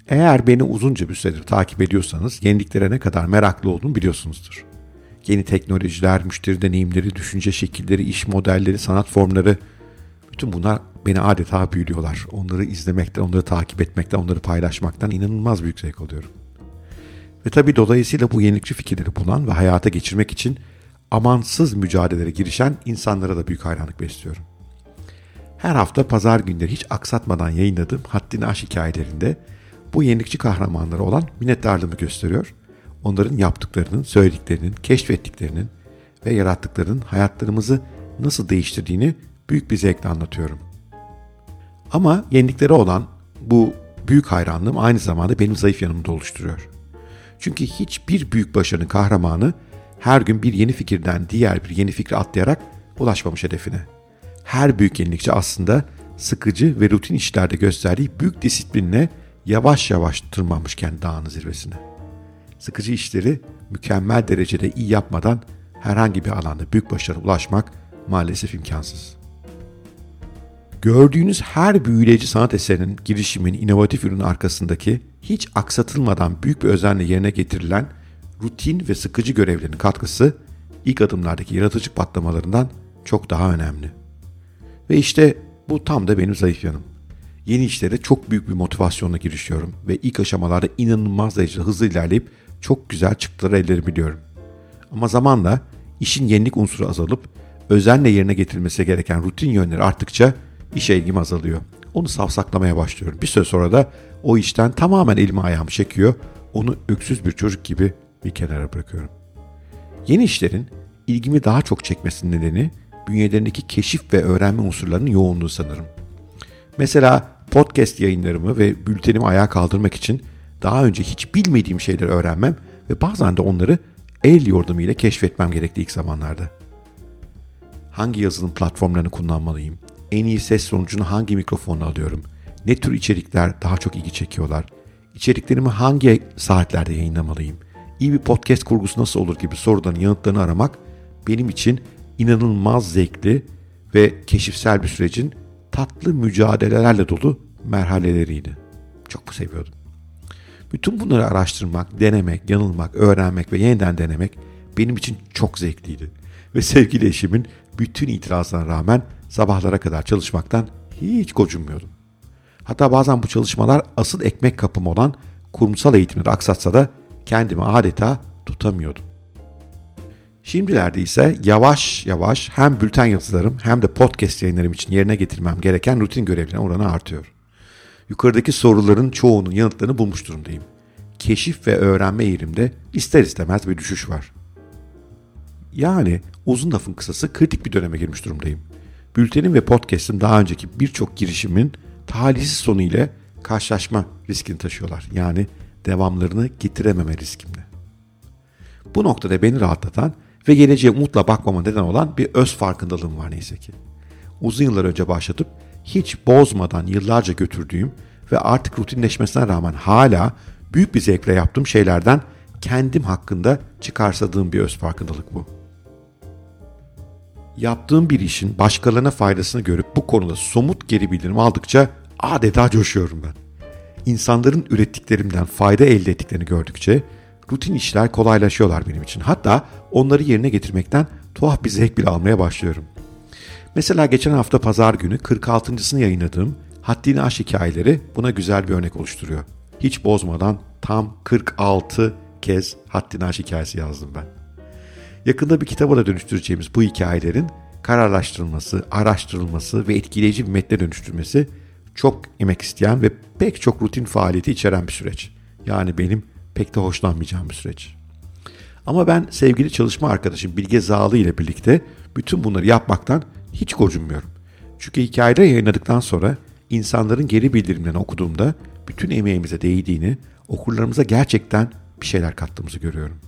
Eğer beni uzunca bir süredir takip ediyorsanız yeniliklere ne kadar meraklı olduğumu biliyorsunuzdur. Yeni teknolojiler, müşteri deneyimleri, düşünce şekilleri, iş modelleri, sanat formları, bütün bunlar beni adeta büyülüyorlar. Onları izlemekten, onları takip etmekten, onları paylaşmaktan inanılmaz büyük zevk alıyorum. Ve tabii dolayısıyla bu yenilikçi fikirleri bulan ve hayata geçirmek için amansız mücadelelere girişen insanlara da büyük hayranlık besliyorum. Her hafta pazar günleri hiç aksatmadan yayınladığım Haddini Aş hikayelerinde bu yenilikçi kahramanlara olan minnettarlığımı gösteriyor. Onların yaptıklarının, söylediklerinin, keşfettiklerinin ve yarattıklarının hayatlarımızı nasıl değiştirdiğini büyük bir zevkle anlatıyorum. Ama yeniliklere olan bu büyük hayranlığım aynı zamanda benim zayıf yanımı da oluşturuyor. Çünkü hiçbir büyük başarının kahramanı her gün bir yeni fikirden diğer bir yeni fikre atlayarak ulaşmamış hedefine. Her büyük yenilikçi aslında sıkıcı ve rutin işlerde gösterdiği büyük disiplinle yavaş yavaş tırmanmış kendi dağının zirvesine. Sıkıcı işleri mükemmel derecede iyi yapmadan herhangi bir alanda büyük başarıya ulaşmak maalesef imkansız. Gördüğünüz her büyüleyici sanat eserinin, girişimin, inovatif ürünün arkasındaki hiç aksatılmadan büyük bir özenle yerine getirilen rutin ve sıkıcı görevlerin katkısı ilk adımlardaki yaratıcı patlamalarından çok daha önemli. Ve işte bu tam da benim zayıf yanım. Yeni işlere çok büyük bir motivasyonla girişiyorum ve ilk aşamalarda inanılmaz derecede hızlı ilerleyip çok güzel çıktılar elde biliyorum. Ama zamanla işin yenilik unsuru azalıp özenle yerine getirilmesi gereken rutin yönleri arttıkça işe ilgim azalıyor. Onu savsaklamaya başlıyorum. Bir süre sonra da o işten tamamen elimi ayağımı çekiyor. Onu öksüz bir çocuk gibi bir kenara bırakıyorum. Yeni işlerin ilgimi daha çok çekmesinin nedeni bünyelerindeki keşif ve öğrenme unsurlarının yoğunluğu sanırım. Mesela podcast yayınlarımı ve bültenimi ayağa kaldırmak için daha önce hiç bilmediğim şeyleri öğrenmem ve bazen de onları el yordamıyla keşfetmem gerektiği ilk zamanlarda. Hangi yazılım platformlarını kullanmalıyım? En iyi ses sonucunu hangi mikrofonla alıyorum? Ne tür içerikler daha çok ilgi çekiyorlar? İçeriklerimi hangi saatlerde yayınlamalıyım? İyi bir podcast kurgusu nasıl olur gibi soruların yanıtlarını aramak benim için inanılmaz zevkli ve keşifsel bir sürecin tatlı mücadelelerle dolu merhaleleriydi. Çok seviyordum. Bütün bunları araştırmak, denemek, yanılmak, öğrenmek ve yeniden denemek benim için çok zevkliydi. Ve sevgili eşimin bütün itirazlarına rağmen sabahlara kadar çalışmaktan hiç gocunmuyordum. Hatta bazen bu çalışmalar asıl ekmek kapım olan kurumsal eğitimleri aksatsa da kendimi adeta tutamıyordum. Şimdilerde ise yavaş yavaş hem bülten yazılarım hem de podcast yayınlarım için yerine getirmem gereken rutin görevlerin oranı artıyor. Yukarıdaki soruların çoğunun yanıtlarını bulmuş durumdayım. Keşif ve öğrenme eğilimde ister istemez bir düşüş var. Yani uzun lafın kısası kritik bir döneme girmiş durumdayım. Bültenim ve podcast'im daha önceki birçok girişimin talihsiz sonu ile karşılaşma riskini taşıyorlar. Yani devamlarını getirememe riskimle. Bu noktada beni rahatlatan ve geleceğe umutla bakmama neden olan bir öz farkındalığım var neyse ki. Uzun yıllar önce başlatıp hiç bozmadan yıllarca götürdüğüm ve artık rutinleşmesine rağmen hala büyük bir zevkle yaptığım şeylerden kendim hakkında çıkarsadığım bir öz farkındalık bu. Yaptığım bir işin başkalarına faydasını görüp bu konuda somut geri bildirim aldıkça adeta coşuyorum ben. İnsanların ürettiklerimden fayda elde ettiklerini gördükçe rutin işler kolaylaşıyorlar benim için. Hatta onları yerine getirmekten tuhaf bir zevk bile almaya başlıyorum. Mesela geçen hafta pazar günü 46.sını yayınladığım Haddini Aş hikayeleri buna güzel bir örnek oluşturuyor. Hiç bozmadan tam 46 kez Haddini Aş hikayesi yazdım ben. Yakında bir kitaba da dönüştüreceğimiz bu hikayelerin kararlaştırılması, araştırılması ve etkileyici bir metne dönüştürmesi çok emek isteyen ve pek çok rutin faaliyeti içeren bir süreç. Yani benim pek de hoşlanmayacağım bir süreç. Ama ben sevgili çalışma arkadaşım Bilge Zağlı ile birlikte bütün bunları yapmaktan hiç gocunmuyorum. Çünkü hikayeleri yayınladıktan sonra insanların geri bildirimlerini okuduğumda bütün emeğimize değdiğini, okurlarımıza gerçekten bir şeyler kattığımızı görüyorum.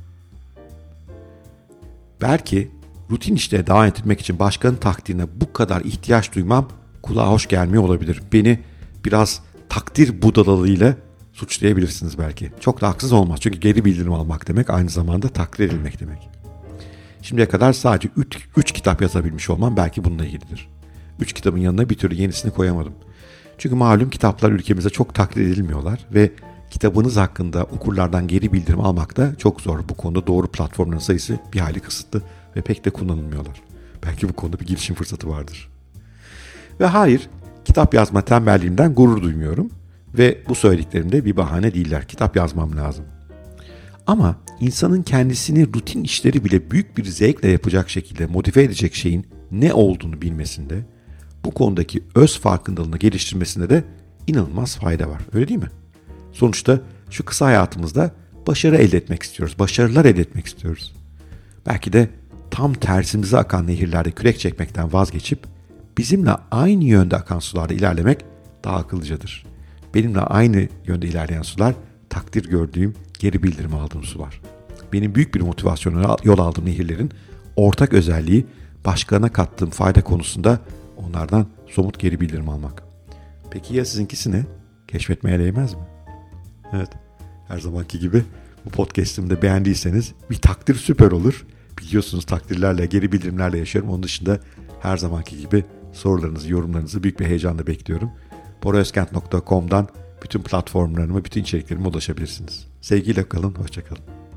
Belki rutin işlere devam ettirmek için başkanın takdirine bu kadar ihtiyaç duymam kulağa hoş gelmiyor olabilir. Beni biraz takdir budalalığıyla suçlayabilirsiniz belki. Çok da haksız olmaz. Çünkü geri bildirim almak demek aynı zamanda takdir edilmek demek. Şimdiye kadar sadece 3 kitap yazabilmiş olmam belki bununla ilgilidir. 3 kitabın yanına bir türlü yenisini koyamadım. Çünkü malum kitaplar ülkemizde çok takdir edilmiyorlar ve Kitabınız hakkında okurlardan geri bildirim almak da çok zor. Bu konuda doğru platformların sayısı bir hayli kısıtlı ve pek de kullanılmıyorlar. Belki bu konuda bir girişim fırsatı vardır. Ve hayır, kitap yazma tembelliğimden gurur duymuyorum. Ve bu söylediklerim de bir bahane değiller. Kitap yazmam lazım. Ama insanın kendisini rutin işleri bile büyük bir zevkle yapacak şekilde motive edecek şeyin ne olduğunu bilmesinde, bu konudaki öz farkındalığını geliştirmesinde de inanılmaz fayda var. Öyle değil mi? Sonuçta şu kısa hayatımızda başarı elde etmek istiyoruz. Başarılar elde etmek istiyoruz. Belki de tam tersimize akan nehirlerde kürek çekmekten vazgeçip bizimle aynı yönde akan sularda ilerlemek daha akıllıcadır. Benimle aynı yönde ilerleyen sular takdir gördüğüm, geri bildirim aldığım sular. Benim büyük bir motivasyonla yol aldığım nehirlerin ortak özelliği başkalarına kattığım fayda konusunda onlardan somut geri bildirim almak. Peki ya sizinkisi ne? Keşfetmeye değmez mi? Evet, her zamanki gibi bu podcast'imi de beğendiyseniz bir takdir süper olur. Biliyorsunuz takdirlerle, geri bildirimlerle yaşıyorum. Onun dışında her zamanki gibi sorularınızı, yorumlarınızı büyük bir heyecanla bekliyorum. boraözkent.com'dan bütün platformlarıma, bütün içeriklerime ulaşabilirsiniz. Sevgiyle kalın, hoşça kalın.